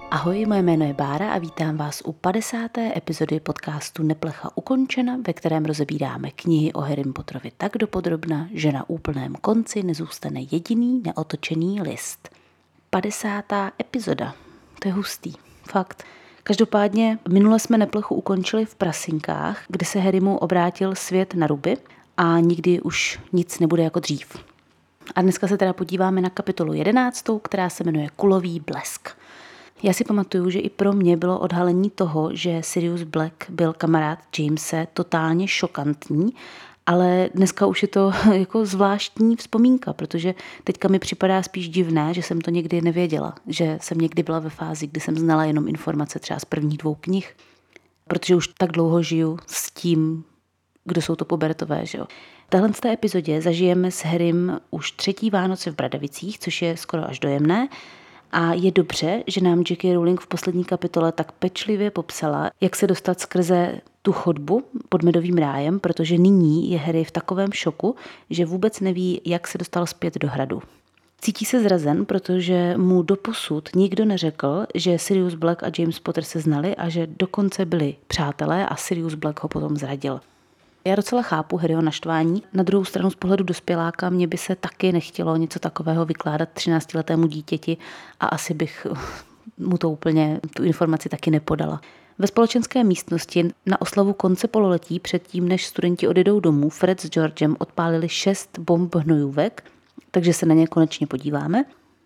Ahoj, moje jméno je Bára a vítám vás u 50. epizody podcastu Neplecha ukončena, ve kterém rozebíráme knihy o Harrym Potterovi tak dopodrobna, že na úplném konci nezůstane jediný neotočený list. 50. epizoda. To je hustý. Fakt. Každopádně minule jsme Neplechu ukončili v Prasinkách, kde se Harrymu obrátil svět na ruby a nikdy už nic nebude jako dřív. A dneska se teda podíváme na kapitolu 11, která se jmenuje Kulový blesk. Já si pamatuju, že i pro mě bylo odhalení toho, že Sirius Black byl kamarád Jamese, totálně šokantní, ale dneska už je to jako zvláštní vzpomínka, protože teďka mi připadá spíš divné, že jsem to někdy nevěděla, že jsem někdy byla ve fázi, kdy jsem znala jenom informace třeba z prvních 2 knih, protože už tak dlouho žiju s tím, kdo jsou to pubertové, že jo. V téhle epizodě zažijeme s Harrym už 3. Vánoce v Bradavicích, což je skoro až dojemné. A je dobře, že nám J.K. Rowling v poslední kapitole tak pečlivě popsala, jak se dostat skrze tu chodbu pod medovým rájem, protože nyní je Harry v takovém šoku, že vůbec neví, jak se dostal zpět do hradu. Cítí se zrazen, protože mu doposud nikdo neřekl, že Sirius Black a James Potter se znali a že dokonce byli přátelé a Sirius Black ho potom zradil. Já docela chápu Harryho naštvání. Na druhou stranu z pohledu dospěláka mě by se taky nechtělo něco takového vykládat 13letému dítěti a asi bych mu to úplně tu informaci taky nepodala. Ve společenské místnosti na oslavu konce pololetí předtím, než studenti odjedou domů, Fred s Georgem odpálili 6 bomb hnojůvek, takže se na ně konečně podíváme.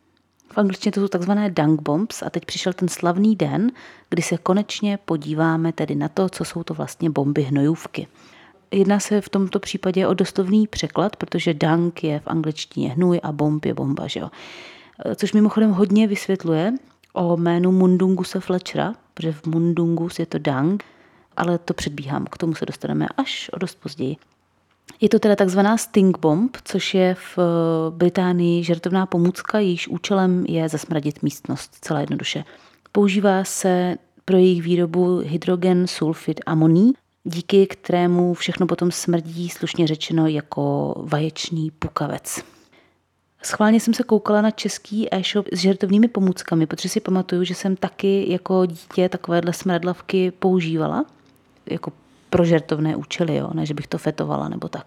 V angličtině to jsou takzvané dunk bombs a teď přišel ten slavný den, kdy se konečně podíváme tedy na to, co jsou to vlastně bomby hnojůvky. Jedná se v tomto případě o doslovný překlad, protože dunk je v angličtině hnůj a bomb je bomba, že jo. Což mimochodem hodně vysvětluje o jménu Mundunguse Fletchera, protože v Mundungus je to dunk, ale to předbíhám, k tomu se dostaneme až o dost později. Je to teda takzvaná stink bomb, což je v Británii žertovná pomůcka, jejíž účelem je zasmradit místnost, celá jednoduše. Používá se pro jejich výrobu hydrogen sulfid amoní, díky kterému všechno potom smrdí, slušně řečeno, jako vaječný pukavec. Schválně jsem se koukala na český e-shop s žertovnými pomůckami, protože si pamatuju, že jsem taky jako dítě takovéhle smradlavky používala, jako pro žertovné účely, jo? Ne, že bych to fetovala nebo tak.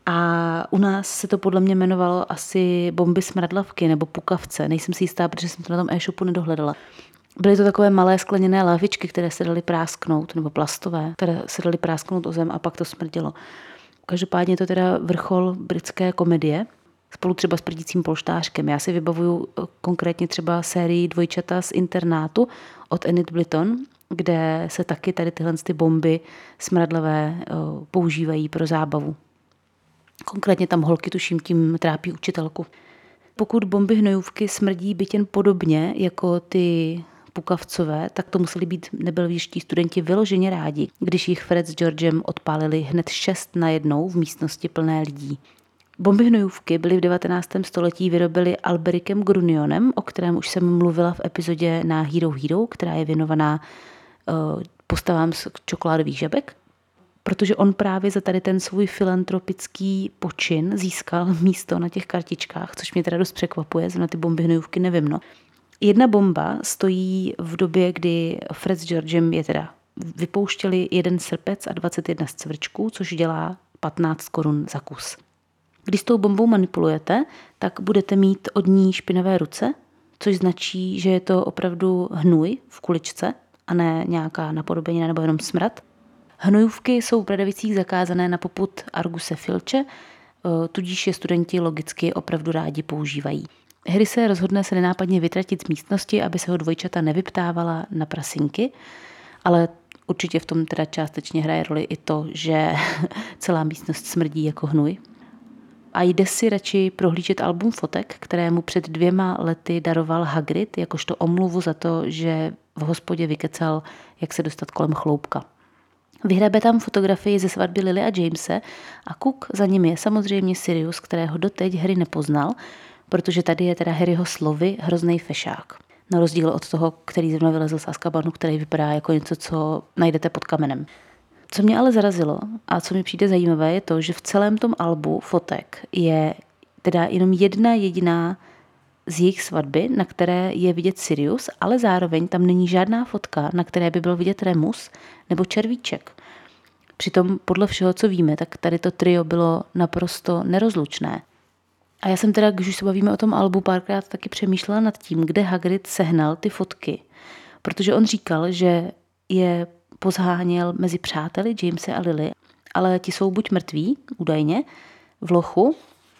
A u nás se to podle mě jmenovalo asi bomby smradlavky nebo pukavce, nejsem si jistá, protože jsem to na tom e-shopu nedohledala. Byly to takové malé skleněné lahvičky, které se daly prásknout, nebo plastové, které se daly prásknout o zem a pak to smrdělo. Každopádně je to teda vrchol britské komedie, spolu třeba s Prdícím polštářkem. Já si vybavuju konkrétně třeba sérii Dvojčata z internátu od Enid Blyton, kde se taky tady tyhle bomby smradlavé používají pro zábavu. Konkrétně tam holky, tuším, tím trápí učitelku. Pokud bomby hnojůvky smrdí byt jen podobně jako ty pukavcové, tak to museli být nebelgičtí studenti vyloženě rádi, když jich Fred s Georgem odpálili hned 6 najednou v místnosti plné lidí. Bomby hnojůvky byly v 19. století vyrobily Albericem Grunionem, o kterém už jsem mluvila v epizodě na Hero Hero, která je věnovaná postavám z čokoládových žabek, protože on právě za tady ten svůj filantropický počin získal místo na těch kartičkách, což mě teda dost překvapuje, na ty bomby hnojůvky nevím, no. Jedna bomba stojí v době, kdy Fred s Georgem je teda vypouštěli 1 srpec a 21 scvrčků, což dělá 15 korun za kus. Když s tou bombou manipulujete, tak budete mít od ní špinavé ruce, což značí, že je to opravdu hnůj v kuličce a ne nějaká napodobenina nebo jenom smrad. Hnojůvky jsou v Bradavicích zakázané na popud Arguse Filče, tudíž je studenti logicky opravdu rádi používají. Harry se rozhodne se nenápadně vytratit z místnosti, aby se ho dvojčata nevyptávala na prasinky, ale určitě v tom teda částečně hraje roli i to, že celá místnost smrdí jako hnůj. A jde si radši prohlížet album fotek, které mu před 2 lety daroval Hagrid, jakožto omluvu za to, že v hospodě vykecal, jak se dostat kolem chloupka. Vyhrabe tam fotografii ze svatby Lily a Jamese a kuk za nimi je samozřejmě Sirius, kterého doteď Harry nepoznal, protože tady je teda Harryho slovy hrozný fešák. Na rozdíl od toho, který zrovna vylezl z Azkabanu, který vypadá jako něco, co najdete pod kamenem. Co mě ale zarazilo a co mi přijde zajímavé, je to, že v celém tom albu fotek je teda jenom jedna jediná z jejich svatby, na které je vidět Sirius, ale zároveň tam není žádná fotka, na které by byl vidět Remus nebo Červíček. Přitom podle všeho, co víme, tak tady to trio bylo naprosto nerozlučné. A já jsem teda, když už se bavíme o tom albu, párkrát taky přemýšlela nad tím, kde Hagrid sehnal ty fotky. Protože on říkal, že je pozháněl mezi přáteli Jamese a Lily, ale ti jsou buď mrtví, údajně, v lochu,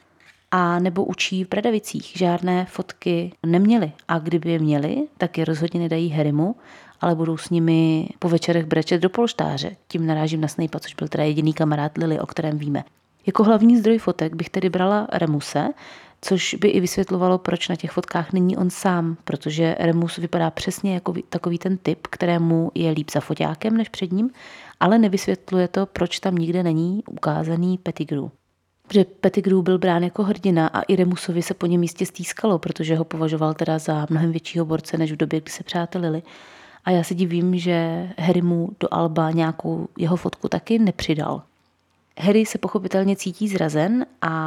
a nebo učí v Bradavicích. Žádné fotky neměli. A kdyby je měli, tak je rozhodně nedají Harrymu, ale budou s nimi po večerech brečet do polštáře. Tím narážím na Snape'a, což byl teda jediný kamarád Lily, o kterém víme. Jako hlavní zdroj fotek bych tedy brala Remuse, což by i vysvětlovalo, proč na těch fotkách není on sám, protože Remus vypadá přesně jako takový ten typ, kterému je líp za foťákem než před ním, ale nevysvětluje to, proč tam nikde není ukázaný Pettigrew. Protože Pettigrew byl brán jako hrdina a i Remusovi se po něm jistě stýskalo, protože ho považoval teda za mnohem většího borce než v době, kdy se přátelili. A já se divím, že Harry mu do alba nějakou jeho fotku taky nepřidal. Harry se pochopitelně cítí zrazen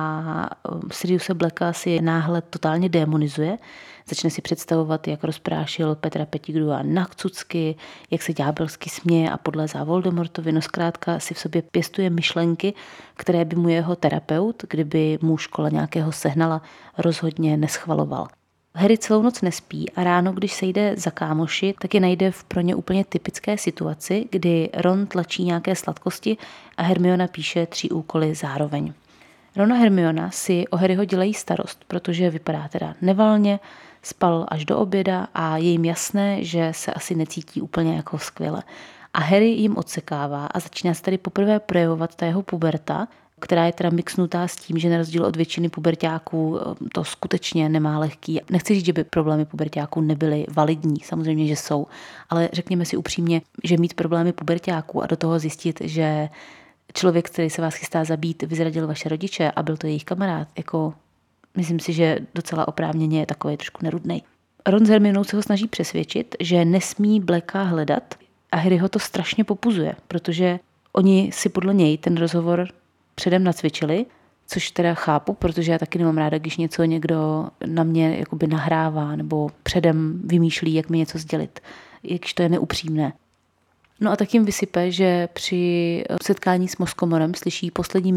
a Siriuse Blacka si náhle totálně démonizuje. Začne si představovat, jak rozprášil Petra Pettigrewa na cucky, jak se ďábelsky směje a podlézá Voldemortovi. No zkrátka si v sobě pěstuje myšlenky, které by mu jeho terapeut, kdyby mu škola nějakého sehnala, rozhodně neschvaloval. Harry celou noc nespí a ráno, když se jde za kámoši, tak je najde v pro ně úplně typické situaci, kdy Ron tlačí nějaké sladkosti a Hermiona píše 3 úkoly zároveň. Ron a Hermiona si o Harryho dělají starost, protože vypadá teda nevalně, spal až do oběda a je jim jasné, že se asi necítí úplně jako skvěle. A Harry jim odsekává a začíná se tady poprvé projevovat ta jeho puberta, která je teda mixnutá s tím, že na rozdíl od většiny puberťáků to skutečně nemá lehký. Nechci říct, že by problémy puberťáků nebyly validní, samozřejmě, že jsou, ale řekněme si upřímně, že mít problémy puberťáků a do toho zjistit, že člověk, který se vás chystá zabít, vyzradil vaše rodiče a byl to jejich kamarád, jako myslím si, že docela oprávněně je takový trošku nerudnej. Ron s Hermionou se ho snaží přesvědčit, že nesmí Blacka hledat a Harry ho to strašně popuzuje, protože oni si podle něj ten rozhovor předem nacvičili, což teda chápu, protože já taky nemám ráda, když něco někdo na mě jakoby nahrává nebo předem vymýšlí, jak mi něco sdělit, jakž to je neupřímné. No a tak jim vysype, že při setkání s Moskomorem slyší poslední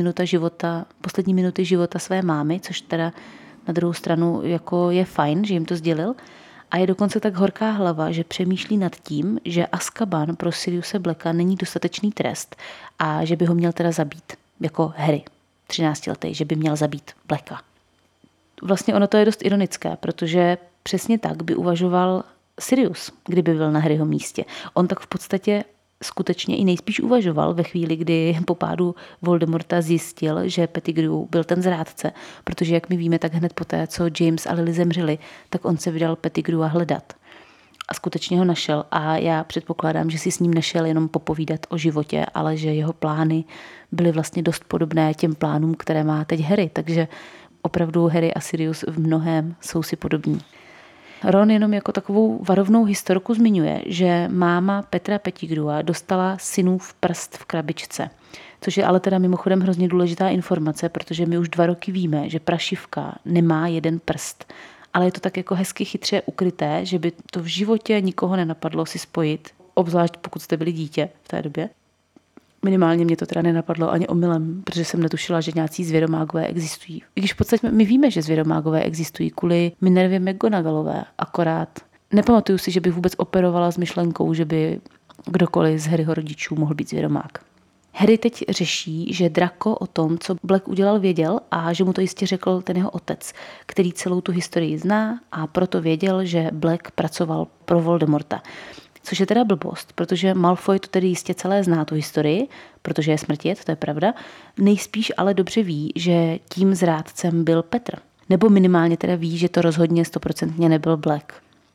minuty života své mámy, což teda na druhou stranu jako je fajn, že jim to sdělil. A je dokonce tak horká hlava, že přemýšlí nad tím, že Azkaban pro Siriuse Blacka není dostatečný trest a že by ho měl teda zabít. Jako Harry, 13letý, že by měl zabít Blacka. Vlastně ono to je dost ironické, protože přesně tak by uvažoval Sirius, kdyby byl na Harryho místě. On tak v podstatě skutečně i nejspíš uvažoval ve chvíli, kdy po pádu Voldemorta zjistil, že Pettigrew byl ten zrádce, protože jak my víme, tak hned poté, co James a Lily zemřeli, tak on se vydal Pettigrewa hledat. A skutečně ho našel a já předpokládám, že si s ním nešel jenom popovídat o životě, ale že jeho plány byly vlastně dost podobné těm plánům, které má teď Harry, takže opravdu Harry a Sirius v mnohém jsou si podobní. Ron jenom jako takovou varovnou historku zmiňuje, že máma Petra Pettigrewa dostala synův prst v krabičce, což je ale teda mimochodem hrozně důležitá informace, protože my už 2 roky víme, že prašivka nemá jeden prst, ale je to tak jako hezky chytře ukryté, že by to v životě nikoho nenapadlo si spojit, obzvlášť pokud jste byli dítě v té době. Minimálně mě to teda nenapadlo ani omylem, protože jsem netušila, že nějací zvěromágové existují. I když v podstatě my víme, že zvěromágové existují kvůli Minervě McGonagallové, akorát nepamatuju si, že bych vůbec operovala s myšlenkou, že by kdokoliv z Harryho rodičů mohl být zvěromák. Harry teď řeší, že Draco o tom, co Black udělal, věděl a že mu to jistě řekl ten jeho otec, který celou tu historii zná a proto věděl, že Black pracoval pro Voldemorta. Což je teda blbost, protože Malfoy to tedy jistě celé zná tu historii, protože je smrtět, to je pravda. Nejspíš ale dobře ví, že tím zrádcem byl Petr. Nebo minimálně teda ví, že to rozhodně 100% nebyl Black.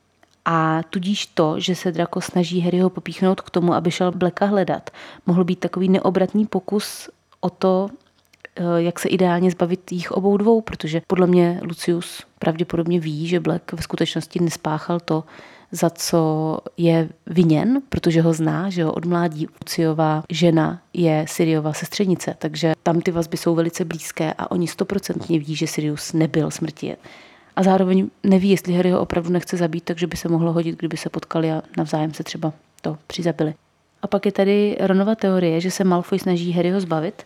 A tudíž to, že se Draco snaží Harryho popíchnout k tomu, aby šel Blacka hledat, mohl být takový neobratný pokus o to, jak se ideálně zbavit jich obou dvou, protože podle mě Lucius pravděpodobně ví, že Black ve skutečnosti nespáchal to, za co je viněn, protože ho zná, že ho od mládí Luciova žena je Siriova sestřenice, takže tam ty vazby jsou velice blízké a oni 100% ví, že Sirius nebyl smrtivěd. A A zároveň neví, jestli Harry ho opravdu nechce zabít, takže by se mohlo hodit, kdyby se potkali a navzájem se třeba to přizabili. A pak je tady Ronova teorie, že se Malfoy snaží Harryho zbavit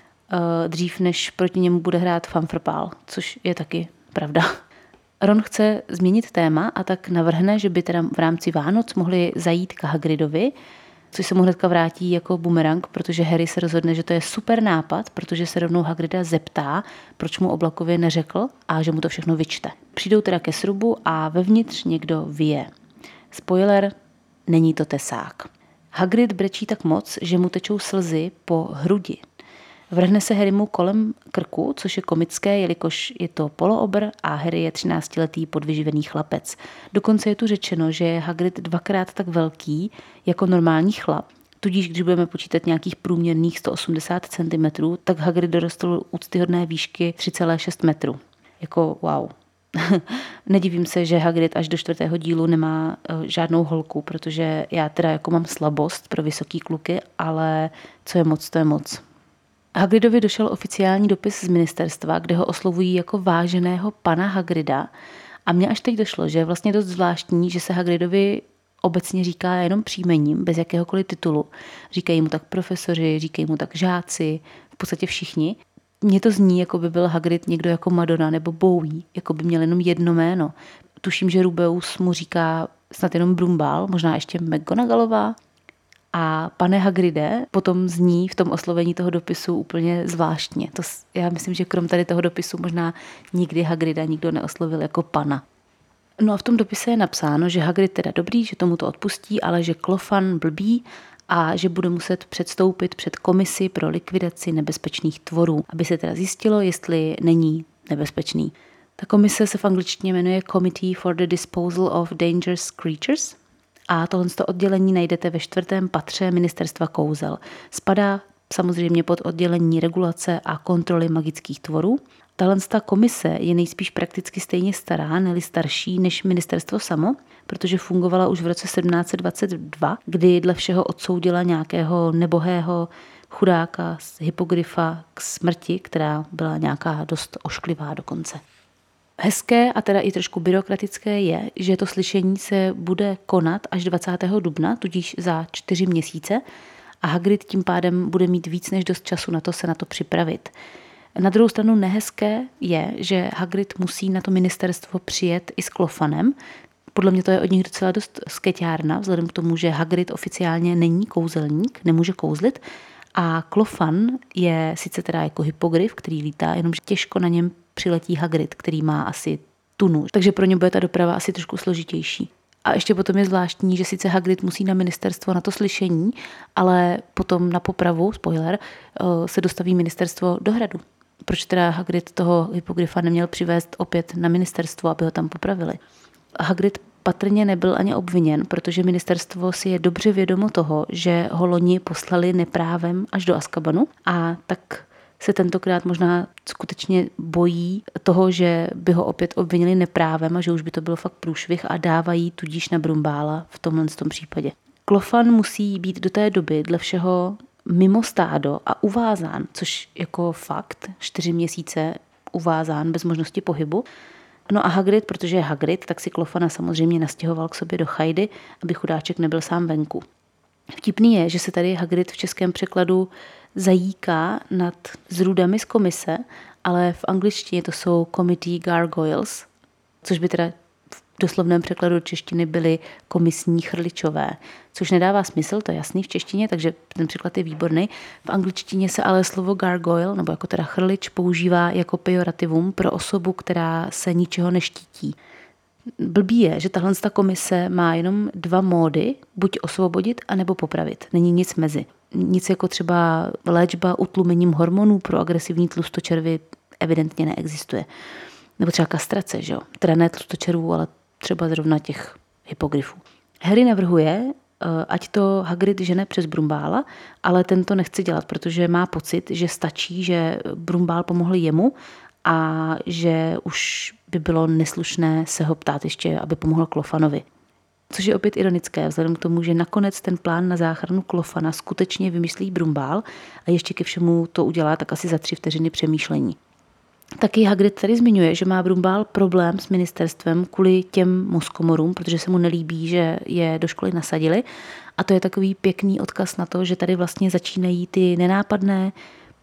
dřív, než proti němu bude hrát fanfrpál, což je taky pravda. Ron chce změnit téma a tak navrhne, že by teda v rámci Vánoc mohli zajít k Hagridovi, což se mu hnedka vrátí jako bumerang, protože Harry se rozhodne, že to je super nápad, protože se rovnou Hagrida zeptá, proč mu Oblakovi neřekl a že mu to všechno vyčte. Přijdou teda ke srubu a vevnitř někdo vyje. Spoiler, není to tesák. Hagrid brečí tak moc, že mu tečou slzy po hrudi. Vrhne se Harrymu kolem krku, což je komické, jelikož je to poloobr a Harry je 13letý podvyživený chlapec. Dokonce je tu řečeno, že je Hagrid 2krát tak velký jako normální chlap. Tudíž, když budeme počítat nějakých průměrných 180 cm, tak Hagrid dorostl úctyhodné výšky 3,6 metru. Jako wow. Nedivím se, že Hagrid až do 4. dílu nemá žádnou holku, protože já teda jako mám slabost pro vysoký kluky, ale co je moc, to je moc. Hagridovi došel oficiální dopis z ministerstva, kde ho oslovují jako váženého pana Hagrida a mně až teď došlo, že je vlastně dost zvláštní, že se Hagridovi obecně říká jenom příjmením, bez jakéhokoliv titulu. Říkají mu tak profesoři, říkají mu tak žáci, v podstatě všichni. Mně to zní, jako by byl Hagrid někdo jako Madonna nebo Bowie, jako by měl jenom jedno jméno. Tuším, že Rubeus mu říká snad jenom Brumbál, možná ještě McGonagallová. A pane Hagride potom zní v tom oslovení toho dopisu úplně zvláštně. Já myslím, že krom tady toho dopisu možná nikdy Hagrida nikdo neoslovil jako pana. No a v tom dopise je napsáno, že Hagrid teda dobrý, že tomu to odpustí, ale že Klofan blbý a že bude muset předstoupit před komisi pro likvidaci nebezpečných tvorů, aby se teda zjistilo, jestli není nebezpečný. Ta komise se v angličtině jmenuje Committee for the Disposal of Dangerous Creatures a tohle oddělení najdete ve 4. patře Ministerstva kouzel. Spadá samozřejmě pod oddělení regulace a kontroly magických tvorů. Tahle komise je nejspíš prakticky stejně stará, neli starší než ministerstvo samo, protože fungovala už v roce 1722, kdy dle všeho odsoudila nějakého nebohého chudáka z Hypogryfa k smrti, která byla nějaká dost ošklivá dokonce. Hezké a teda i trošku byrokratické je, že to slyšení se bude konat až 20. dubna, tudíž za 4 měsíce a Hagrid tím pádem bude mít víc než dost času na to se na to připravit. Na druhou stranu nehezké je, že Hagrid musí na to ministerstvo přijet i s Klofanem. Podle mě to je od nich docela dost skeťárna, vzhledem k tomu, že Hagrid oficiálně není kouzelník, nemůže kouzlit a Klofan je sice teda jako hypogryf, který lítá, jenomže těžko na něm přiletí Hagrid, který má asi tunu. Takže pro ně bude ta doprava asi trošku složitější. A ještě potom je zvláštní, že sice Hagrid musí na ministerstvo na to slyšení, ale potom na popravu, spoiler, se dostaví ministerstvo do hradu. Proč teda Hagrid toho hypogryfa neměl přivést opět na ministerstvo, aby ho tam popravili? Hagrid patrně nebyl ani obviněn, protože ministerstvo si je dobře vědomo toho, že ho loni poslali neprávem až do Azkabanu a tak se tentokrát možná skutečně bojí toho, že by ho opět obvinili neprávem a že už by to byl fakt průšvih a dávají tudíž na Brumbála v tomhle případě. Klofan musí být do té doby dle všeho mimo stádo a uvázán, což jako fakt 4 měsíce uvázán bez možnosti pohybu. No a Hagrid, protože je Hagrid, tak si Klofana samozřejmě nastěhoval k sobě do chajdy, aby chudáček nebyl sám venku. Vtipný je, že se tady Hagrid v českém překladu zajíká nad zrůdami z komise, ale v angličtině to jsou Committee Gargoyles, což by teda v doslovném překladu do češtiny byly komisní chrličové, což nedává smysl, to je jasný v češtině, takže ten překlad je výborný. V angličtině se ale slovo gargoyle, nebo jako teda chrlič, používá jako pejorativum pro osobu, která se ničeho neštítí. Blbý je, že tahle komise má jenom 2 módy, buď osvobodit, anebo popravit. Není nic mezi. Nic jako třeba léčba utlumením hormonů pro agresivní tlustočervy evidentně neexistuje. Nebo třeba kastrace, že jo? Teda ne tlustočervů, ale třeba zrovna těch hypogryfů. Harry navrhuje, ať to Hagrid žene přes Brumbála, ale ten to nechce dělat, protože má pocit, že stačí, že Brumbál pomohl jemu a že už by bylo neslušné se ho ptát ještě, aby pomohl Klofanovi. Což je opět ironické, vzhledem k tomu, že nakonec ten plán na záchranu Klofana skutečně vymyslí Brumbál a ještě ke všemu to udělá tak asi za 3 vteřiny přemýšlení. Taky Hagrid tady zmiňuje, že má Brumbál problém s ministerstvem kvůli těm mozkomorům, protože se mu nelíbí, že je do školy nasadili. A to je takový pěkný odkaz na to, že tady vlastně začínají ty nenápadné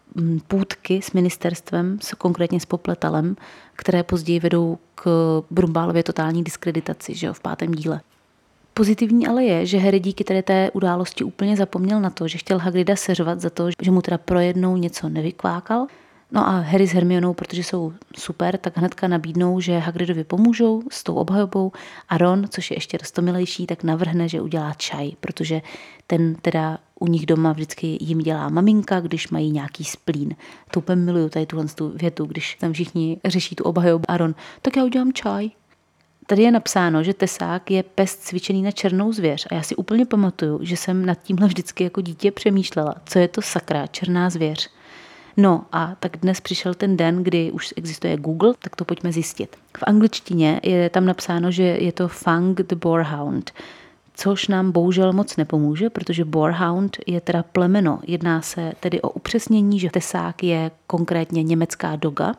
půtky s ministerstvem, konkrétně s Popletalem, které později vedou k Brumbálově totální diskreditaci, že jo, v 5. díle. Pozitivní ale je, že Harry díky tady té události úplně zapomněl na to, že chtěl Hagrida seřvat za to, že mu teda pro jednou něco nevykvákal. No a Harry s Hermionou, protože jsou super, tak hnedka nabídnou, že Hagridovi pomůžou s tou obhajobou a Ron, což je ještě roztomilejší, tak navrhne, že udělá čaj, protože ten teda u nich doma vždycky jim dělá maminka, když mají nějaký splín. To úplně miluju tady tuhle větu, když tam všichni řeší tu obhajobu a Ron, tak já udělám čaj. Tady je napsáno, že tesák je pes cvičený na černou zvěř a já si úplně pamatuju, že jsem nad tímhle vždycky jako dítě přemýšlela, co je to sakra černá zvěř. No a tak dnes přišel ten den, kdy už existuje Google, tak to pojďme zjistit. V angličtině je tam napsáno, že je to Fang the Boarhound, což nám bohužel moc nepomůže, protože Boarhound je teda plemeno. Jedná se tedy o upřesnění, že tesák je konkrétně německá doga,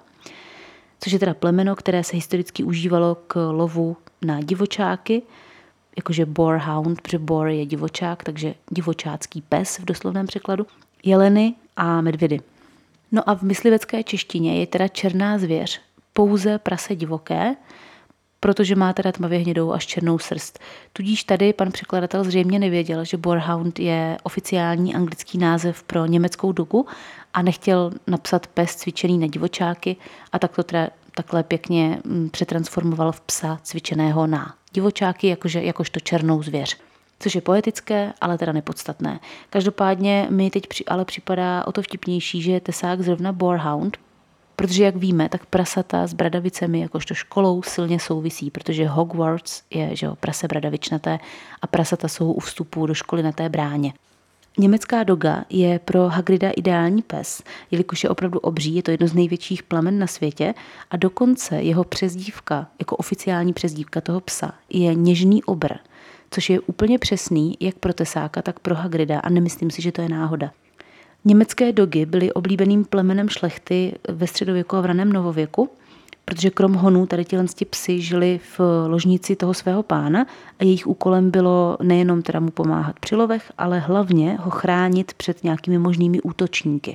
což je teda plemeno, které se historicky užívalo k lovu na divočáky, jakože boarhound, protože boar je divočák, takže divočácký pes v doslovném překladu, jeleny a medvědy. No a v myslivecké češtině je teda černá zvěř pouze prase divoké, protože má teda tmavě hnědou až černou srst. Tudíž tady pan překladatel zřejmě nevěděl, že boarhound je oficiální anglický název pro německou dogu a nechtěl napsat pes cvičený na divočáky a tak to teda takhle pěkně přetransformoval v psa cvičeného na divočáky, jakožto černou zvěř. Což je poetické, ale teda nepodstatné. Každopádně mi teď ale připadá o to vtipnější, že je tesák zrovna boarhound, protože jak víme, tak prasata s bradavicemi jakožto školou silně souvisí, protože Hogwarts je prase bradavičnaté a prasata jsou u vstupu do školy na té bráně. Německá doga je pro Hagrida ideální pes, jelikož je opravdu obří, je to jedno z největších plemen na světě a dokonce jeho přezdívka, jako oficiální přezdívka toho psa, je něžný obr, což je úplně přesný jak pro tesáka, tak pro Hagrida a nemyslím si, že to je náhoda. Německé dogy byly oblíbeným plemenem šlechty ve středověku a v raném novověku, protože krom honů tady ti psi žili v ložnici toho svého pána a jejich úkolem bylo nejenom teda mu pomáhat při lovech, ale hlavně ho chránit před nějakými možnými útočníky.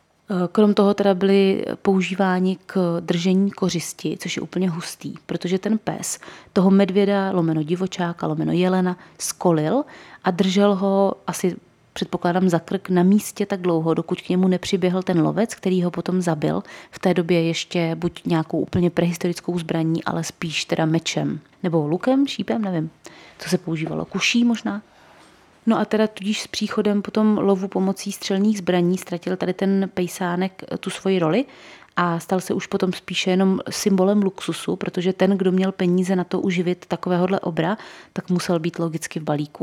Krom toho teda byli používáni k držení kořisti, což je úplně hustý, protože ten pes toho medvěda, lomeno divočáka, lomeno jelena, skolil a držel ho asi předpokládám za krk na místě tak dlouho, dokud k němu nepřiběhl ten lovec, který ho potom zabil. V té době ještě buď nějakou úplně prehistorickou zbraní, ale spíš teda mečem. Nebo lukem, šípem, nevím, co se používalo. Kuší možná. No a teda tudíž s příchodem potom lovu pomocí střelných zbraní ztratil tady ten pejsánek tu svoji roli a stal se už potom spíše jenom symbolem luxusu, protože ten, kdo měl peníze na to uživit takovéhohle obra, tak musel být logicky v balíku.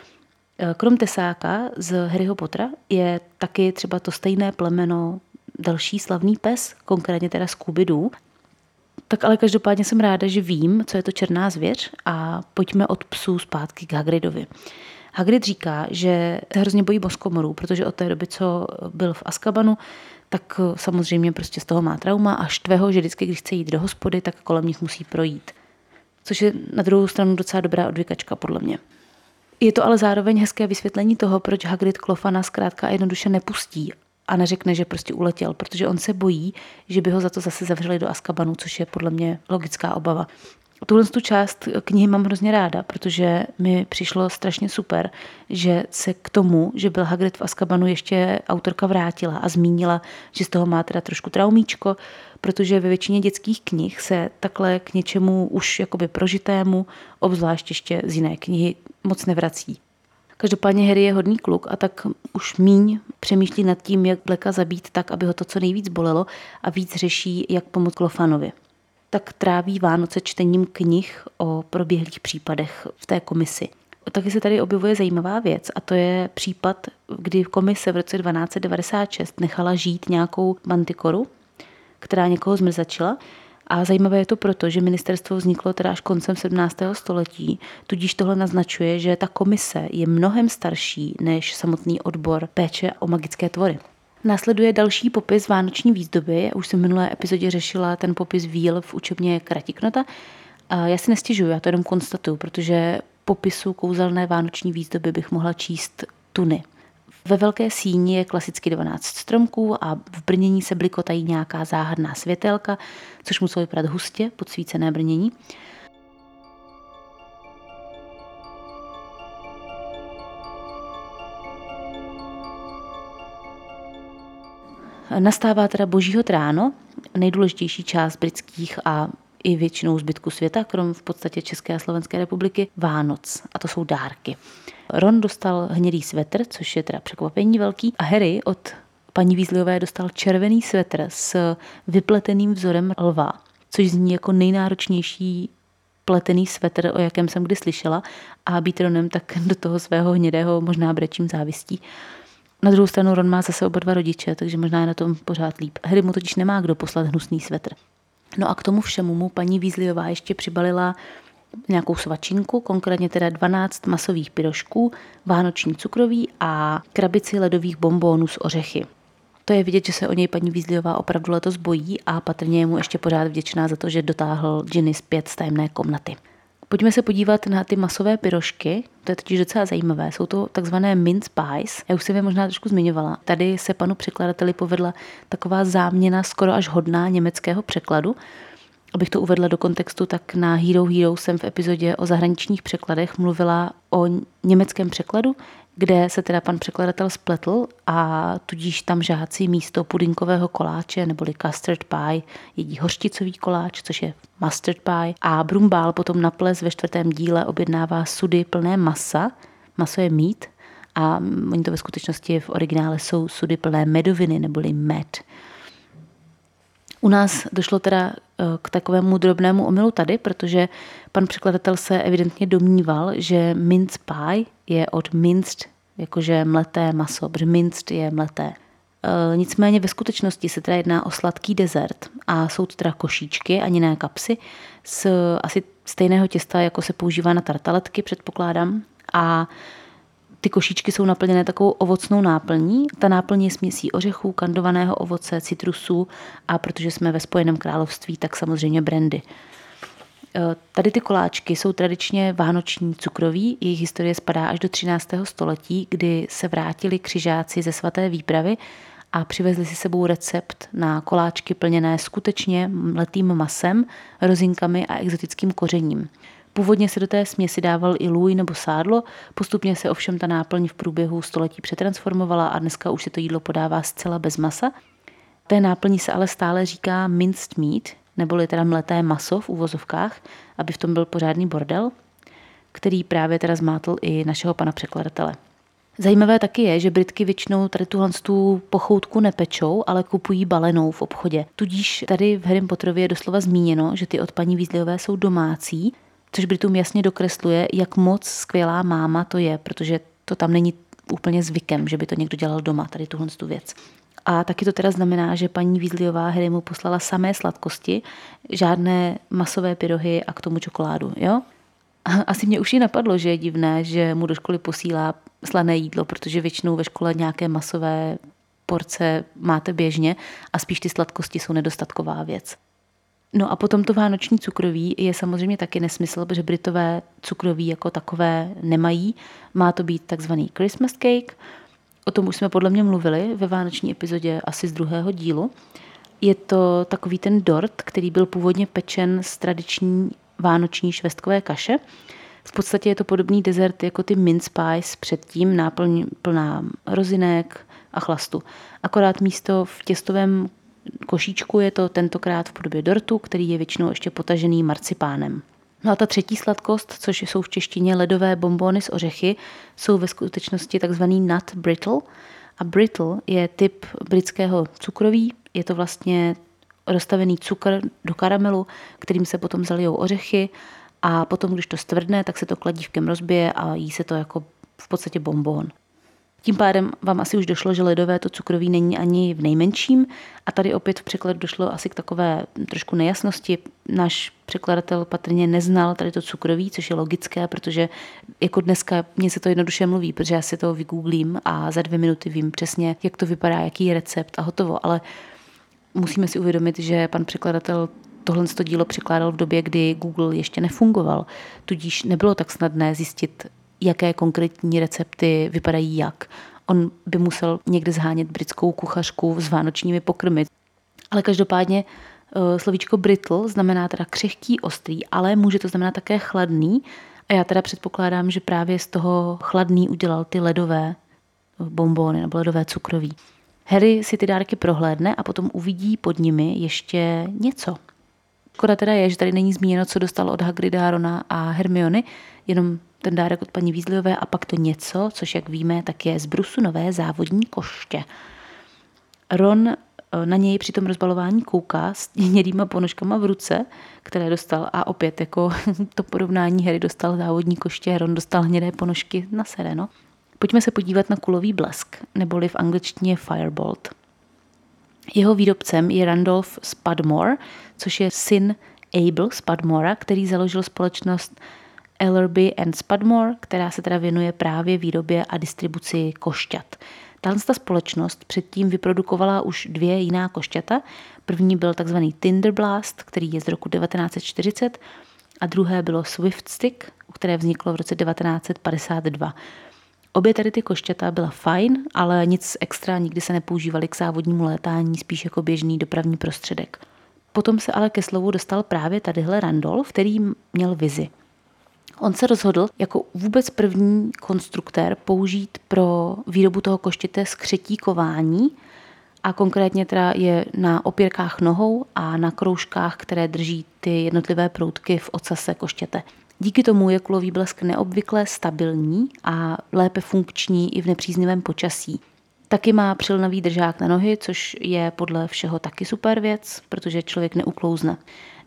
Krom tesáka z Harryho Pottera je taky třeba to stejné plemeno další slavný pes, konkrétně teda Scooby-Doo. Tak ale každopádně jsem ráda, že vím, co je to černá zvěř a pojďme od psů zpátky k Hagridovi. Hagrid říká, že se hrozně bojí mozkomorů, protože od té doby, co byl v Azkabanu, tak samozřejmě prostě z toho má trauma a štve ho, že vždycky, když chce jít do hospody, tak kolem nich musí projít. Což je na druhou stranu docela dobrá odvykačka, podle mě. Je to ale zároveň hezké vysvětlení toho, proč Hagrid Klofana zkrátka jednoduše nepustí a neřekne, že prostě uletěl, protože on se bojí, že by ho za to zase zavřeli do Azkabanu, což je podle mě logická obava. Tuhle tu část knihy mám hrozně ráda, protože mi přišlo strašně super, že se k tomu, že byl Hagrid v Azkabanu, ještě autorka vrátila a zmínila, že z toho má teda trošku traumíčko, protože ve většině dětských knih se takhle k něčemu už jakoby prožitému, obzvlášť ještě z jiné knihy, moc nevrací. Každopádně Harry je hodný kluk a tak už míň přemýšlí nad tím, jak Blacka zabít tak, aby ho to co nejvíc bolelo a víc řeší, jak pomoct Klofanovi. Tak tráví Vánoce čtením knih o proběhlých případech v té komisi. Taky se tady objevuje zajímavá věc a to je případ, kdy komise v roce 1296 nechala žít nějakou mantikoru, která někoho zmrzačila. A zajímavé je to proto, že ministerstvo vzniklo teda až koncem 17. století, tudíž tohle naznačuje, že ta komise je mnohem starší než samotný odbor péče o magické tvory. Následuje další popis vánoční výzdoby. Už jsem v minulé epizodě řešila ten popis víl v učebně Kratiknota. Já si nestěžuju, já to jenom konstatuju, protože popisu kouzelné vánoční výzdoby bych mohla číst tuny. Ve velké síni je klasicky 12 stromků a v brnění se blikotají nějaká záhadná světelka, což muselo vypadat hustě, podsvícené brnění. Nastává teda Božího ráno, nejdůležitější část britských a i většinou zbytku světa, krom v podstatě České a Slovenské republiky, Vánoc. A to jsou dárky. Ron dostal hnědý svetr, což je teda překvapení velký, a Harry od paní Weasleyové dostal červený svetr s vypleteným vzorem lva, což zní jako nejnáročnější pletený svetr, o jakém jsem kdy slyšela, a být Ronem tak do toho svého hnědého možná brečím závistí. Na druhou stranu Ron má zase oba dva rodiče, takže možná je na tom pořád líp. Harry mu totiž nemá kdo poslat hnusný svetr. No a k tomu všemu mu paní Weasleyová ještě přibalila nějakou svačinku, konkrétně teda 12 masových pyrošků, vánoční cukroví a krabici ledových bonbónů s ořechy. To je vidět, že se o něj paní Weasleyová opravdu letos bojí a patrně je mu ještě pořád vděčná za to, že dotáhl Ginny zpět z tajemné komnaty. Pojďme se podívat na ty masové pyrošky, to je totiž docela zajímavé, jsou to takzvané mince pies, já už jsem je možná trošku zmiňovala. Tady se panu překladateli povedla taková záměna skoro až hodná německého překladu. Abych to uvedla do kontextu, tak na Hero Hero jsem v epizodě o zahraničních překladech mluvila o německém překladu, kde se teda pan překladatel spletl a tudíž tam žáci místo pudinkového koláče neboli custard pie jedí hořčicový koláč, což je mustard pie, a Brumbál potom na ples ve 4. díle objednává sudy plné masa. Maso je meat a oni to ve skutečnosti v originále jsou sudy plné medoviny neboli med. U nás došlo teda k takovému drobnému omylu tady, protože pan překladatel se evidentně domníval, že mince pie je od minced, jakože mleté maso, protože minced je mleté. Nicméně ve skutečnosti se teda jedná o sladký dezert a jsou to teda košíčky, ani ne kapsy, z asi stejného těsta, jako se používá na tartaletky, předpokládám. A ty košíčky jsou naplněné takovou ovocnou náplní. Ta náplň je směsí ořechů, kandovaného ovoce, citrusů a protože jsme ve Spojeném království, tak samozřejmě brandy. Tady ty koláčky jsou tradičně vánoční cukroví, jejich historie spadá až do 13. století, kdy se vrátili křižáci ze svaté výpravy a přivezli si sebou recept na koláčky plněné skutečně mletým masem, rozinkami a exotickým kořením. Původně se do té směsi dával i lůj nebo sádlo, postupně se ovšem ta náplň v průběhu století přetransformovala a dneska už se to jídlo podává zcela bez masa. Té náplní se ale stále říká minced meat, neboli teda mleté maso v uvozovkách, aby v tom byl pořádný bordel, který právě teda zmátl i našeho pana překladatele. Zajímavé taky je, že Britky většinou tady tuhle pochoutku nepečou, ale kupují balenou v obchodě. Tudíž tady v Harry Potterově je doslova zmíněno, že ty od paní Weasleyové jsou domácí, což Britům jasně dokresluje, jak moc skvělá máma to je, protože to tam není úplně zvykem, že by to někdo dělal doma, tady tuhle věc. A taky to teda znamená, že paní Weasleyová Harrymu poslala samé sladkosti, žádné masové pyrohy a k tomu čokoládu, jo? Asi mě už i napadlo, že je divné, že mu do školy posílá slané jídlo, protože většinou ve škole nějaké masové porce máte běžně a spíš ty sladkosti jsou nedostatková věc. No a potom to vánoční cukroví je samozřejmě taky nesmysl, protože Britové cukroví jako takové nemají. Má to být takzvaný Christmas cake. O tom už jsme podle mě mluvili ve vánoční epizodě asi z 2. dílu. Je to takový ten dort, který byl původně pečen z tradiční vánoční švestkové kaše. V podstatě je to podobný dezert jako ty mince pies předtím, náplň plná rozinek a chlastu. Akorát místo v těstovém košíčku je to tentokrát v podobě dortu, který je většinou ještě potažený marcipánem. No a ta třetí sladkost, což jsou v češtině ledové bonbony s ořechy, jsou ve skutečnosti takzvaný nut brittle. A brittle je typ britského cukroví, je to vlastně rozstavený cukr do karamelu, kterým se potom zalijou ořechy a potom, když to stvrdne, tak se to kladívkem rozbije a jí se to jako v podstatě bonbon. Tím pádem vám asi už došlo, že ledové to cukroví není ani v nejmenším a tady opět v překladu došlo asi k takové trošku nejasnosti. Náš překladatel patrně neznal tady to cukroví, což je logické, protože jako dneska mně se to jednoduše mluví, protože já si to vygooglím a za 2 minuty vím přesně, jak to vypadá, jaký je recept a hotovo, ale musíme si uvědomit, že pan překladatel tohle dílo překládal v době, kdy Google ještě nefungoval, tudíž nebylo tak snadné zjistit, jaké konkrétní recepty vypadají jak. On by musel někde zhánět britskou kuchařku s vánočními pokrmy. Ale každopádně slovíčko brittle znamená teda křehký, ostrý, ale může to znamenat také chladný. A já teda předpokládám, že právě z toho chladný udělal ty ledové bonbóny nebo ledové cukroví. Harry si ty dárky prohlédne a potom uvidí pod nimi ještě něco. Škoda teda je, že tady není zmíněno, co dostal od Hagrida, Rona a Hermiony, jenom ten dárek od paní Weasleyové a pak to něco, což jak víme, tak je z brusu nové závodní koště. Ron na něj při tom rozbalování kouká s hnědýma ponožkama v ruce, které dostal a opět jako to porovnání Harry dostal závodní koště, Ron dostal hnědé ponožky na sereno. Pojďme se podívat na kulový blesk, neboli v angličtině Firebolt. Jeho výrobcem je Randolph Spadmore, což je syn Abel Spadmora, který založil společnost Ellerby and Spadmore, která se teda věnuje právě výrobě a distribuci košťat. Tahle společnost předtím vyprodukovala už 2 jiná košťata. První byl takzvaný Tinderblast, který je z roku 1940 a druhé bylo Swift Stick, které vzniklo v roce 1952. Obě tady ty košťata byla fajn, ale nic extra, nikdy se nepoužívaly k závodnímu létání, spíš jako běžný dopravní prostředek. Potom se ale ke slovu dostal právě tadyhle Randolph, který měl vizi. On se rozhodl jako vůbec první konstruktér použít pro výrobu toho koštěte skřetí kování a konkrétně teda je na opěrkách nohou a na kroužkách, které drží ty jednotlivé proutky v ocase koštěte. Díky tomu je kulový blesk neobvykle stabilní a lépe funkční i v nepříznivém počasí. Taky má přilnavý držák na nohy, což je podle všeho taky super věc, protože člověk neuklouzne.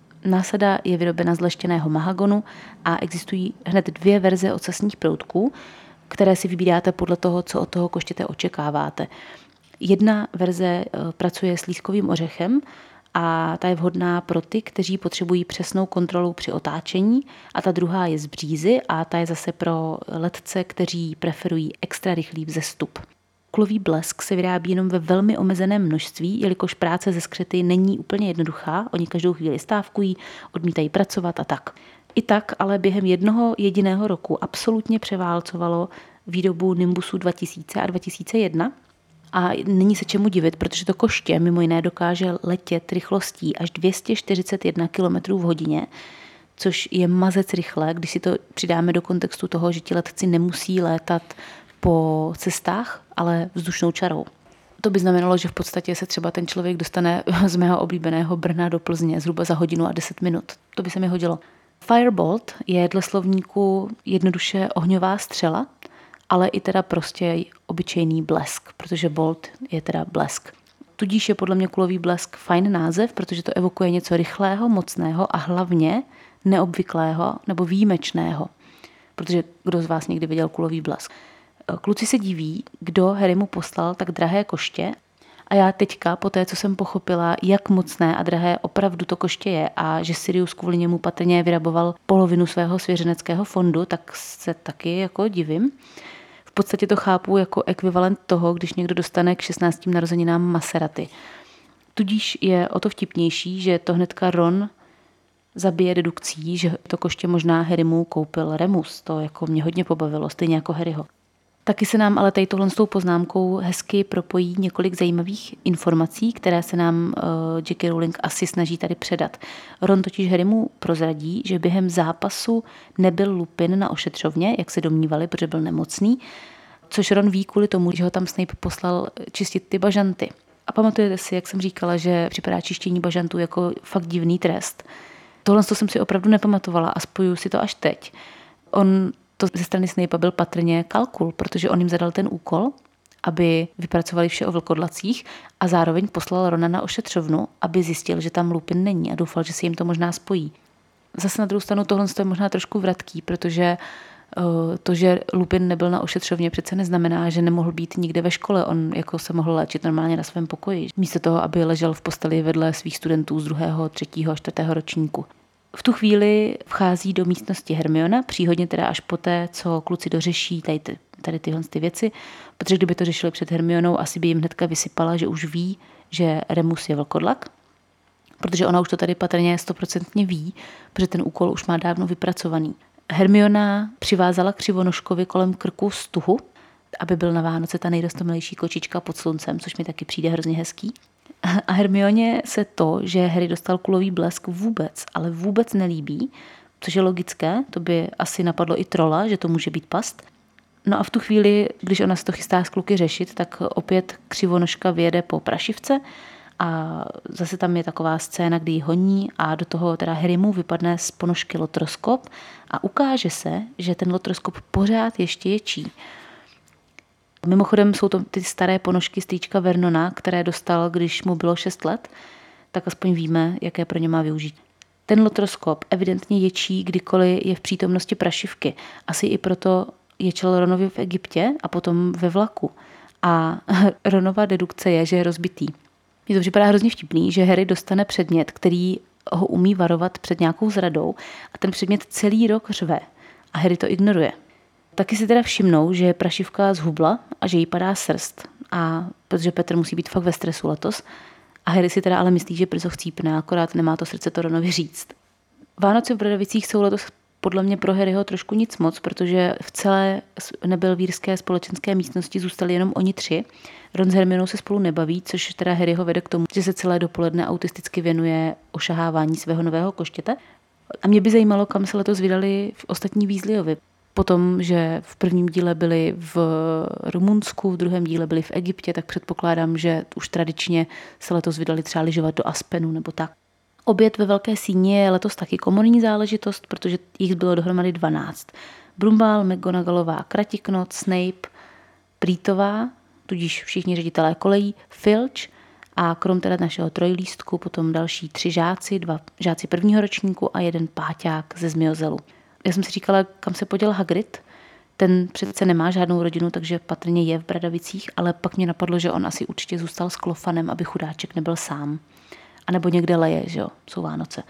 Násada je vyrobena z leštěného mahagonu a existují hned 2 verze ocasních proutků, které si vybíráte podle toho, co od toho koštěte očekáváte. Jedna verze pracuje s lískovým ořechem a ta je vhodná pro ty, kteří potřebují přesnou kontrolu při otáčení a ta druhá je z břízy a ta je zase pro letce, kteří preferují extra rychlý vzestup. Kulový blesk se vyrábí jenom ve velmi omezeném množství, jelikož práce ze skřety není úplně jednoduchá, oni každou chvíli stávkují, odmítají pracovat a tak. I tak ale během jednoho jediného roku absolutně převálcovalo výrobu Nimbusu 2000 a 2001 a není se čemu divit, protože to koště mimo jiné dokáže letět rychlostí až 241 km v hodině, což je mazec rychle, když si to přidáme do kontextu toho, že ti letci nemusí létat po cestách, ale vzdušnou čarou. To by znamenalo, že v podstatě se třeba ten člověk dostane z mého oblíbeného Brna do Plzně zhruba za 1 hodinu a 10 minut. To by se mi hodilo. Firebolt je dle slovníku jednoduše ohňová střela, ale i teda prostě obyčejný blesk, protože bolt je teda blesk. Tudíž je podle mě kulový blesk fajn název, protože to evokuje něco rychlého, mocného a hlavně neobvyklého nebo výjimečného. Protože kdo z vás někdy viděl kulový blesk? Kluci se diví, kdo Harrymu poslal tak drahé koště a já teďka, po té, co jsem pochopila, jak mocné a drahé opravdu to koště je a že Sirius kvůli němu patrně vyraboval polovinu svého svěřeneckého fondu, tak se taky jako divím. V podstatě to chápu jako ekvivalent toho, když někdo dostane k 16. narozeninám Maserati. Tudíž je o to vtipnější, že to hnedka Ron zabije dedukcí, že to koště možná Harrymu koupil Remus. To jako mě hodně pobavilo, stejně jako Harryho. Taky se nám ale tady tohle s tou poznámkou hezky propojí několik zajímavých informací, které se nám J.K. Rowling asi snaží tady předat. Ron totiž Harrymu prozradí, že během zápasu nebyl Lupin na ošetřovně, jak se domnívali, protože byl nemocný, což Ron ví kvůli tomu, že ho tam Snape poslal čistit ty bažanty. A pamatujete si, jak jsem říkala, že připadá čištění bažantů jako fakt divný trest. Tohle jsem si opravdu nepamatovala a spojuju si to až teď. On to ze strany Snape'a byl patrně kalkul, protože on jim zadal ten úkol, aby vypracovali vše o vlkodlacích a zároveň poslal Rona na ošetřovnu, aby zjistil, že tam Lupin není a doufal, že se jim to možná spojí. Zase na druhou stranu tohle je možná trošku vratký, protože To, že Lupin nebyl na ošetřovně, přece neznamená, že nemohl být nikde ve škole. On jako se mohl léčit normálně na svém pokoji. Místo toho, aby ležel v posteli vedle svých studentů z 2., 3. a 4. ročníku. V tu chvíli vchází do místnosti Hermiona, příhodně teda až poté, co kluci dořeší tady tyhle věci, protože kdyby to řešili před Hermionou, asi by jim hnedka vysypala, že už ví, že Remus je vlkodlak, protože ona už to tady patrně 100% ví, protože ten úkol už má dávno vypracovaný. Hermiona přivázala Křivonožkovi kolem krku stuhu, aby byl na Vánoce ta nejrostomilejší kočička pod sluncem, což mi taky přijde hrozně hezký. A Hermioně se to, že Harry dostal kulový blesk ale vůbec nelíbí, což je logické, to by asi napadlo i trola, že to může být past. No a v tu chvíli, když ona se to chystá s kluky řešit, tak opět Křivonožka vyjede po prašivce a zase tam je taková scéna, kdy ji honí a do toho teda Harrymu vypadne z ponožky lotroskop a ukáže se, že ten lotroskop pořád ještě ječí. Mimochodem jsou to ty staré ponožky strýčka Vernona, které dostal, když mu bylo 6 let, tak aspoň víme, jaké pro ně má využít. Ten lotroskop evidentně ječí, kdykoliv je v přítomnosti prašivky. Asi i proto ječel Ronovi v Egyptě a potom ve vlaku. A Ronova dedukce je, že je rozbitý. Mně to připadá hrozně vtipný, že Harry dostane předmět, který ho umí varovat před nějakou zradou a ten předmět celý rok řve a Harry to ignoruje. Taky si teda všimnou, že prašivka zhubla a že jí padá srst, a protože Petr musí být fakt ve stresu letos. A Harry si teda ale myslí, že brzo chcípne, akorát nemá to srdce to Ronovi říct. Vánoce v Bradavicích jsou letos podle mě pro Harryho trošku nic moc, protože v celé nebelvírské společenské místnosti zůstali jenom oni 3. Ron s Hermionou se spolu nebaví, což teda Harryho vede k tomu, že se celé dopoledne autisticky věnuje ošahávání svého nového koštěte. A mě by zajímalo, kam se letos vydali v ostatní Weasleyovi. Potom, že v prvním díle byli v Rumunsku, v druhém díle byli v Egyptě, tak předpokládám, že už tradičně se letos vydali třeba lyžovat do Aspenu nebo tak. Oběd ve Velké síni je letos taky komorní záležitost, protože jich bylo dohromady 12. Brumbál, McGonagallová, Kratiknot, Snape, Prýtová, tudíž všichni ředitelé kolejí, Filch a krom teda našeho trojlístku potom další 3 žáci, 2 žáci 1. ročníku a 1 páťák ze Zmiozelu. Já jsem si říkala, kam se poděl Hagrid. Ten přece nemá žádnou rodinu, takže patrně je v Bradavicích, ale pak mě napadlo, že on asi určitě zůstal s Klofanem, aby chudáček nebyl sám. A nebo někde leje, že jo, jsou Vánoce.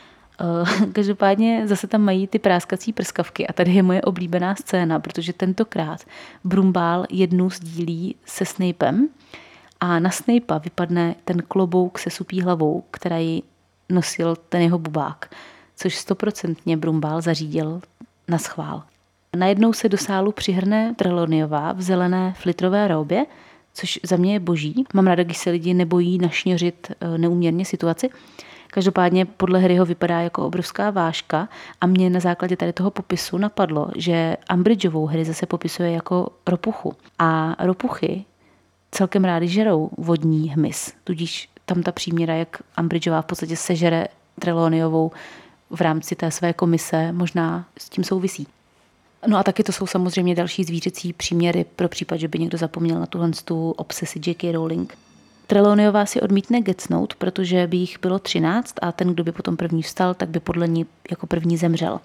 Každopádně zase tam mají ty práskací prskavky a tady je moje oblíbená scéna, protože tentokrát Brumbál jednu sdílí se Snapem a na Snape'a vypadne ten klobouk se supí hlavou, který nosil ten jeho bubák, což 100% Brumbál zařídil na schvál. Najednou se do sálu přihrne Trelawneyová v zelené flitrové róbě, což za mě je boží. Mám ráda, když se lidi nebojí našňořit neúměrně situaci. Každopádně podle Harryho vypadá jako obrovská vážka a mě na základě tady toho popisu napadlo, že Umbridgeovou Harry zase popisuje jako ropuchu. A ropuchy celkem rády žerou vodní hmyz. Tudíž tam ta příměra, jak Umbridgeová v podstatě sežere Trelawneyovou v rámci té své komise, možná s tím souvisí. No a taky to jsou samozřejmě další zvířecí příměry pro případ, že by někdo zapomněl na tu obsesi J.K. Rowling. Trelawneyová si odmítne gecnout, protože by jich bylo 13 a ten, kdo by potom první vstal, tak by podle ní jako první zemřel.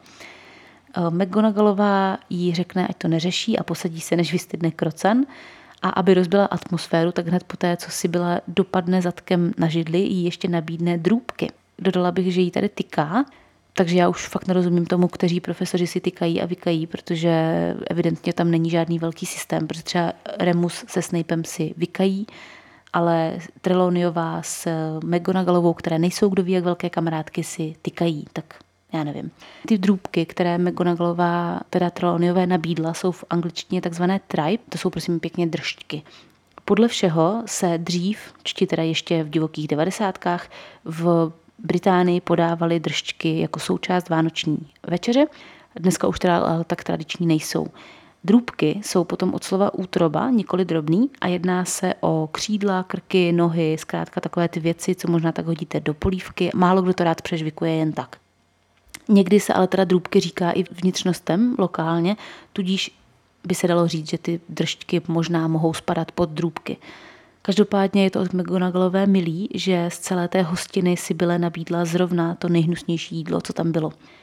McGonagallová jí řekne, ať to neřeší a posadí se, než vystydne krocan. A aby rozbila atmosféru, tak hned poté, co si byla dopadne zadkem na židli, jí ještě nabídne drůbky. Dodala bych, že jí tady tyká, takže já už fakt nerozumím tomu, kteří profesoři si tykají a vykají, protože evidentně tam není žádný velký systém, protože třeba Remus se Snapem si vykají, ale Trelawneyová s McGonagallovou, které nejsou kdo ví jak velké kamarádky, si tykají, tak já nevím. Ty drůbky, které McGonagallová teda Trelawneyové nabídla, jsou v angličtině takzvané tribe, to jsou prosím pěkně držťky. Podle všeho se dřív, čti teda ještě v divokých 90kách, v Británii podávali držťky jako součást vánoční večeře. Dneska už teda ale tak tradiční nejsou. Drůbky jsou potom od slova útroba, nikoli drobný, a jedná se o křídla, krky, nohy, zkrátka takové ty věci, co možná tak hodíte do polívky. Málo kdo to rád přežvikuje jen tak. Někdy se ale teda drůbky říká i vnitřnostem lokálně, tudíž by se dalo říct, že ty držťky možná mohou spadat pod drůbky. Každopádně je to od McGonagallové milý, že z celé té hostiny Sibylle nabídla zrovna to nejhnusnější jídlo, co tam bylo.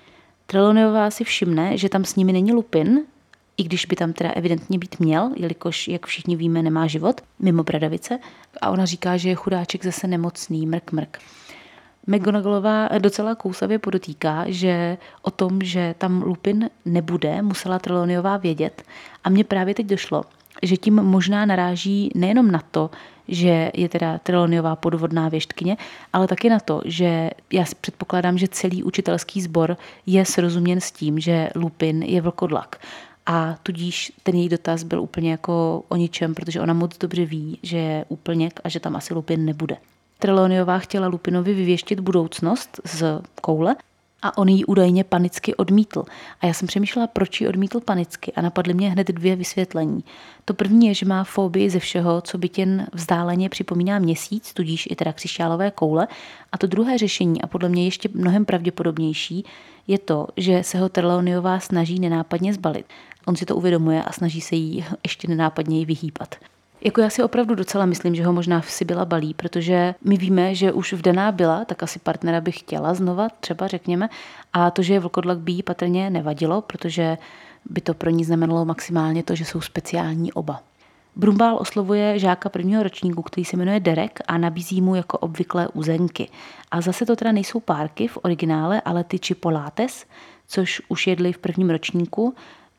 Trelawneyová si všimne, že tam s nimi není Lupin, i když by tam teda evidentně být měl, jelikož, jak všichni víme, nemá život mimo bradavice. A ona říká, že je chudáček zase nemocný, mrk. McGonagallová docela kousavě podotýká, že o tom, že tam Lupin nebude, musela Trelawneyová vědět. A mně právě teď došlo, že tím možná naráží nejenom na to, že je teda Trelawneyová podvodná věštkyně, ale taky na to, že já si předpokládám, že celý učitelský sbor je srozuměn s tím, že Lupin je vlkodlak. A tudíž ten její dotaz byl úplně jako o ničem, protože ona moc dobře ví, že je úplněk a že tam asi Lupin nebude. Trelawneyová chtěla Lupinovi vyvěštit budoucnost z koule a on ji údajně panicky odmítl. A já jsem přemýšlela, proč ji odmítl panicky a napadly mě hned 2 vysvětlení. To první je, že má fobii ze všeho, co byť jen vzdáleně připomíná měsíc, tudíž i teda křišťálové koule. A to druhé řešení, a podle mě ještě mnohem pravděpodobnější, je to, že se ho Trelawneyová snaží nenápadně zbalit. On si to uvědomuje a snaží se jí ještě nenápadněji vyhýbat. Jako já si opravdu docela myslím, že ho možná si byla balí, protože my víme, že už vdaná byla, tak asi partnera by chtěla znova, třeba řekněme, a to, že je vlkodlak, by jí patrně nevadilo, protože by to pro ní znamenalo maximálně to, že jsou speciální oba. Brumbál oslovuje žáka 1. ročníku, který se jmenuje Derek a nabízí mu jako obvyklé uzenky. A zase to teda nejsou párky v originále, ale ty chipolates, což už jedli v 1. ročníku,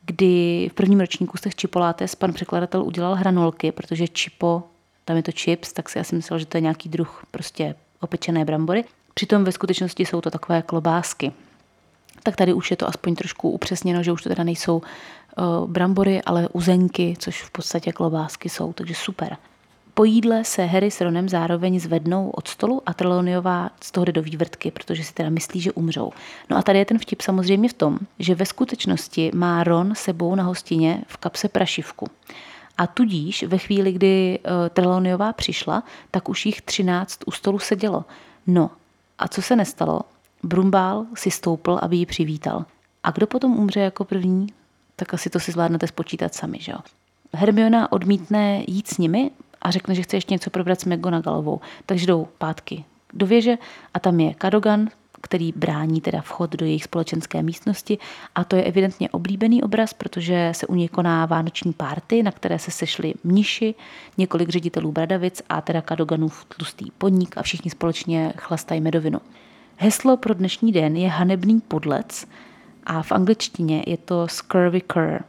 kdy v 1. ročníku z těch chipolates pan překladatel udělal hranolky, protože chipo, tam je to chips, tak si asi myslel, že to je nějaký druh prostě opečené brambory. Přitom ve skutečnosti jsou to takové klobásky. Tak tady už je to aspoň trošku upřesněno, že už to teda nejsou brambory, ale uzenky, což v podstatě klobásky jsou, takže super. Po jídle se Harry s Ronem zároveň zvednou od stolu a Trelawneyová z toho jde do vývrtky, protože si teda myslí, že umřou. No a tady je ten vtip samozřejmě v tom, že ve skutečnosti má Ron sebou na hostině v kapse prašivku. A tudíž ve chvíli, kdy Trelawneyová přišla, tak už jich 13 u stolu sedělo. No a co se nestalo? Brumbál si stoupl, aby ji přivítal. A kdo potom umře jako první? Tak asi to si zvládnete spočítat sami, že jo? Hermiona odmítne jít s nimi a řekne, že chce ještě něco probrat s McGonagallovou. Takže jdou pátky do věže a tam je Cadogan, který brání teda vchod do jejich společenské místnosti a to je evidentně oblíbený obraz, protože se u něj koná vánoční párty, na které se sešli mniši, několik ředitelů bradavic a teda Cadoganův tlustý podnik a všichni společně chlastají medovinu. Heslo pro dnešní den je hanebný podlec a v angličtině je to scurvy cur.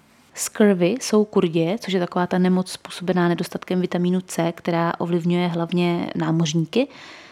Scurvy jsou kurděje, což je taková ta nemoc způsobená nedostatkem vitamínu C, která ovlivňuje hlavně námořníky.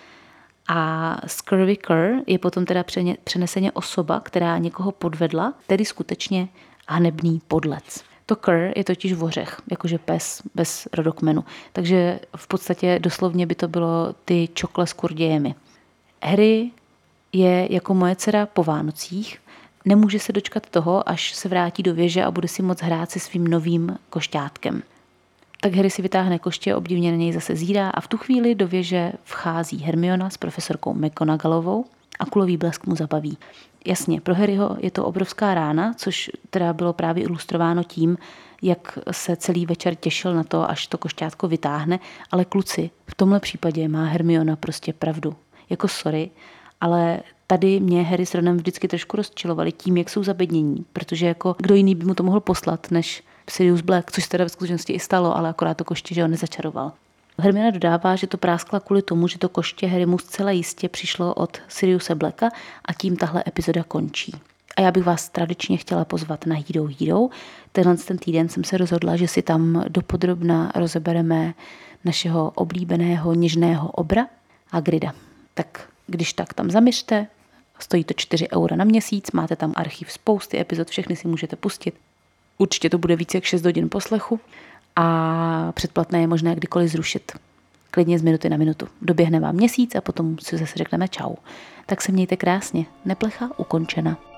A scurvy cur je potom teda přeneseně osoba, která někoho podvedla, tedy skutečně hanebný podlec. To cur je totiž vořech, jakože pes bez rodokmenu. Takže v podstatě doslovně by to bylo ty čokle s kurdějemi. Harry je jako moje dcera po Vánocích. Nemůže se dočkat toho, až se vrátí do věže a bude si moc hrát se svým novým košťátkem. Tak Harry si vytáhne koště, obdivně na něj zase zírá a v tu chvíli do věže vchází Hermiona s profesorkou McGonagallovou a kulový blesk mu zabaví. Jasně, pro Harryho je to obrovská rána, což teda bylo právě ilustrováno tím, jak se celý večer těšil na to, až to košťátko vytáhne, ale kluci, v tomhle případě má Hermiona prostě pravdu. Jako sorry, ale tady mě Harry s Ronem vždycky trošku rozčilovali tím, jak jsou zabednění, protože jako kdo jiný by mu to mohl poslat, než Sirius Black, což se teda ve skutečnosti i stalo, ale akorát to koště, že ho nezačaroval. Hermiona dodává, že to práskla kvůli tomu, že to koště Harrymu zcela jistě přišlo od Siriuse Blacka a tím tahle epizoda končí. A já bych vás tradičně chtěla pozvat na Hero. Ten týden jsem se rozhodla, že si tam dopodrobna rozebereme našeho oblíbeného něžného obra Hagrida. Tak když tak tam zaměřte, stojí to 4 € na měsíc, máte tam archiv spousty epizod, všechny si můžete pustit. Určitě to bude více jak 6 hodin poslechu a předplatné je možné kdykoliv zrušit. Klidně z minuty na minutu. Doběhne vám měsíc a potom si zase řekneme čau. Tak se mějte krásně. Neplecha ukončena.